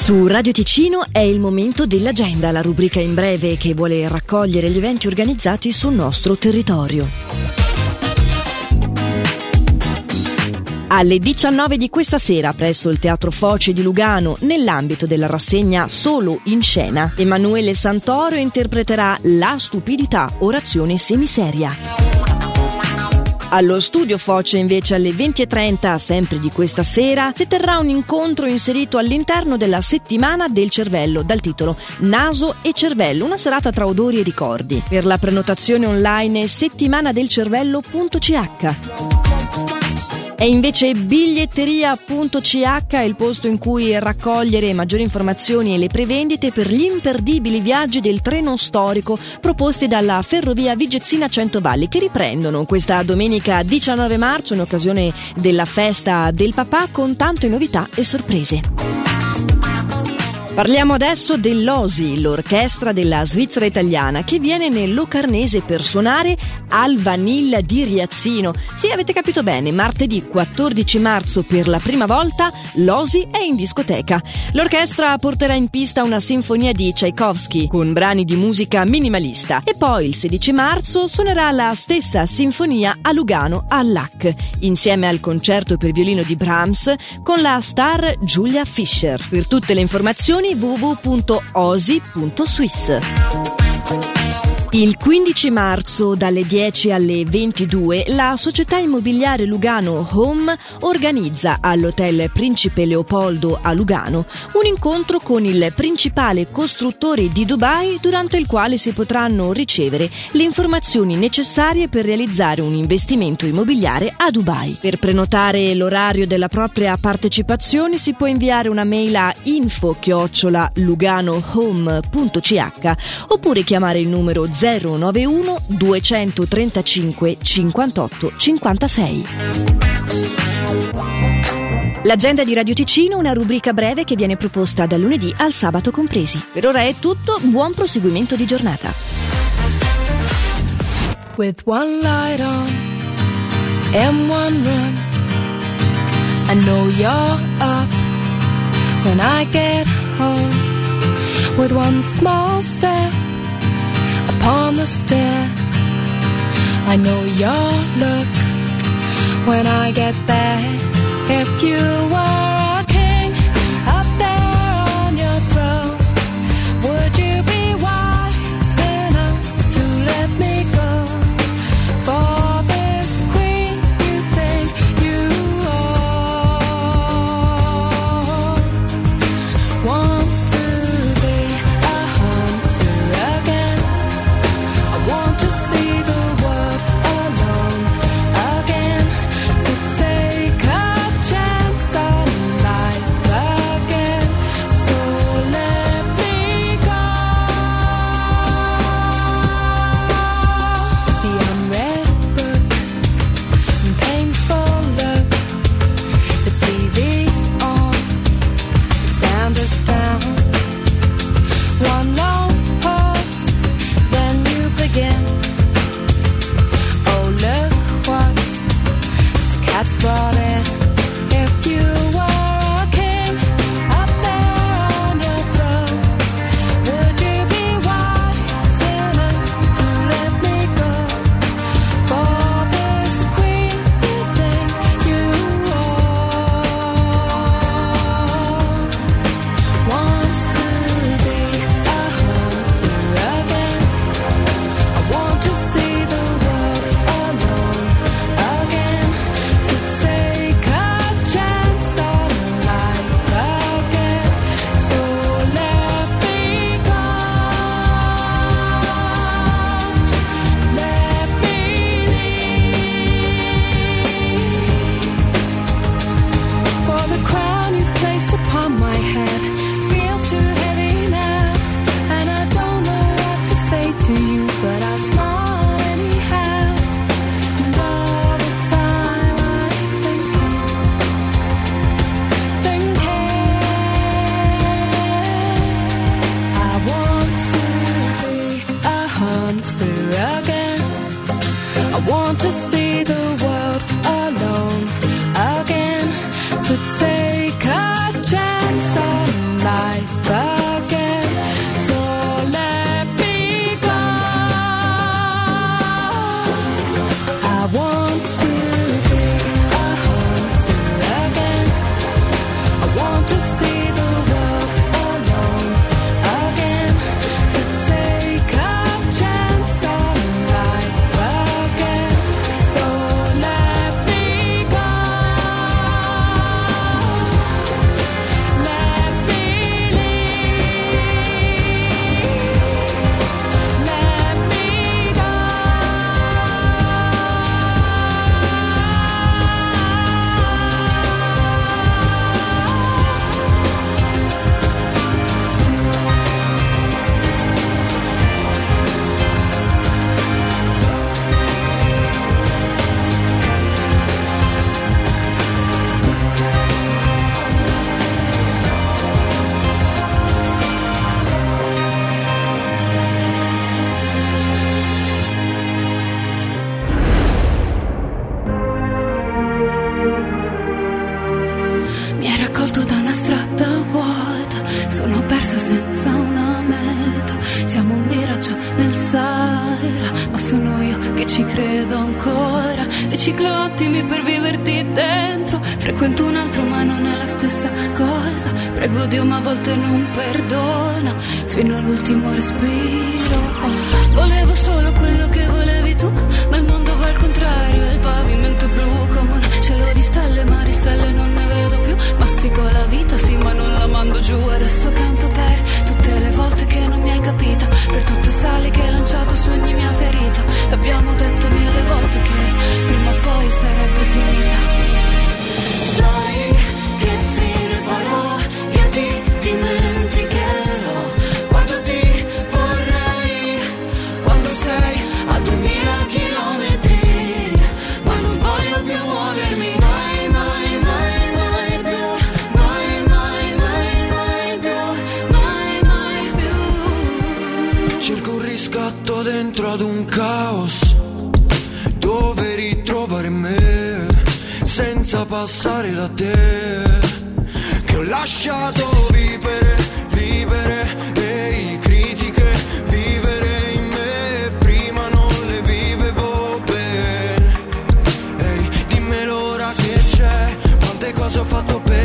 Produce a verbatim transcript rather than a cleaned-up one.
Su Radio Ticino è il momento dell'agenda, la rubrica in breve che vuole raccogliere gli eventi organizzati sul nostro territorio. Alle diciannove di questa sera presso il Teatro Foce di Lugano, nell'ambito della rassegna Solo in Scena, Emanuele Santoro interpreterà La stupidità, orazione semiseria. Allo Studio Foce invece alle venti e trenta, sempre di questa sera, si terrà un incontro inserito all'interno della Settimana del Cervello dal titolo Naso e Cervello, una serata tra odori e ricordi. Per la prenotazione online settimanadelcervello punto c h. È invece biglietteria punto c h il posto in cui raccogliere maggiori informazioni e le prevendite per gli imperdibili viaggi del treno storico proposti dalla Ferrovia Vigezzina Centovalli, che riprendono questa domenica diciannove marzo in occasione della festa del papà con tante novità e sorprese. Parliamo adesso dell'O S I, l'orchestra della Svizzera italiana, che viene nel Locarnese per suonare al Vanilla di Riazzino. Sì, avete capito bene, martedì quattordici marzo per la prima volta l'O S I è in discoteca. L'orchestra porterà in pista una sinfonia di Tchaikovsky con brani di musica minimalista e poi il sedici marzo suonerà la stessa sinfonia a Lugano all'A C, insieme al concerto per violino di Brahms con la star Julia Fischer. Per tutte le informazioni w w w punto osi punto swiss. Il quindici marzo dalle dieci alle ventidue la società immobiliare Lugano Home organizza all'Hotel Principe Leopoldo a Lugano un incontro con il principale costruttore di Dubai, durante il quale si potranno ricevere le informazioni necessarie per realizzare un investimento immobiliare a Dubai. Per prenotare l'orario della propria partecipazione si può inviare una mail a info chiocciola luganohome punto c h oppure chiamare il numero zero nove uno duecentotrentacinque cinquantotto cinquantasei. L'agenda di Radio Ticino, una rubrica breve che viene proposta dal lunedì al sabato compresi. Per ora è tutto, buon proseguimento di giornata. With one light on in one room, I know you're up when I get home. With one small step upon the stair, I know your look when I get there. If you were a king up there on your throne, would you be wise enough to let me go for this queen you think you are? Wants to be a hunter again, want to see the world alone again, to take a chance on life again, so let me go. The unread book and painful look, the T V's on, the sound is down. One long pause, then you begin. Oh, look what the cat's brought in. If you were a king up there on your throne, would you be wise enough to let me go for this queen you think you are? Wants to be a hunter again, I want to see the world alone again, to take a chance on life again, so let me go. Let me leave. For the crown you've placed upon my head feels too heavy now, and I don't know what to say to you, but I'll smile anyhow. And all the time I'm thinking, thinking, I want to be a hunter again, I want to see the world alone again, to take a chance on life sono persa senza una meta. Siamo un miraggio nel Sahara, ma sono io che ci credo ancora. Riciclo attimi per viverti dentro. Frequento un altro ma non è la stessa cosa. Prego Dio ma a volte non perdona, fino all'ultimo respiro. Oh, volevo solo quello che volevi tu, ma il mondo va al contrario. Il pavimento è blu come un cielo di stelle, ma di stelle non ne vedo più. Mastico la vita sì ma non la mando giù. Adesso canto per tutte le volte che non mi hai capita, per tutte sali che hai lanciato su ogni mia ferita. L'abbiamo detto mille volte che prima o poi sarebbe finita. Sai che fine farò, io ti dimenticherò. Quanto ti vorrei quando sei a duemila chilometri, ma non voglio più muovermi mai, mai, mai, mai più, mai, mai, mai, mai più, mai, mai più. Cerco un riscatto dentro ad un caos, dove ritrovare me senza passare da te, che ho lasciato vivere, libere e critiche, vivere in me, prima non le vivevo bene. Ehi, dimmelo ora che c'è, quante cose ho fatto per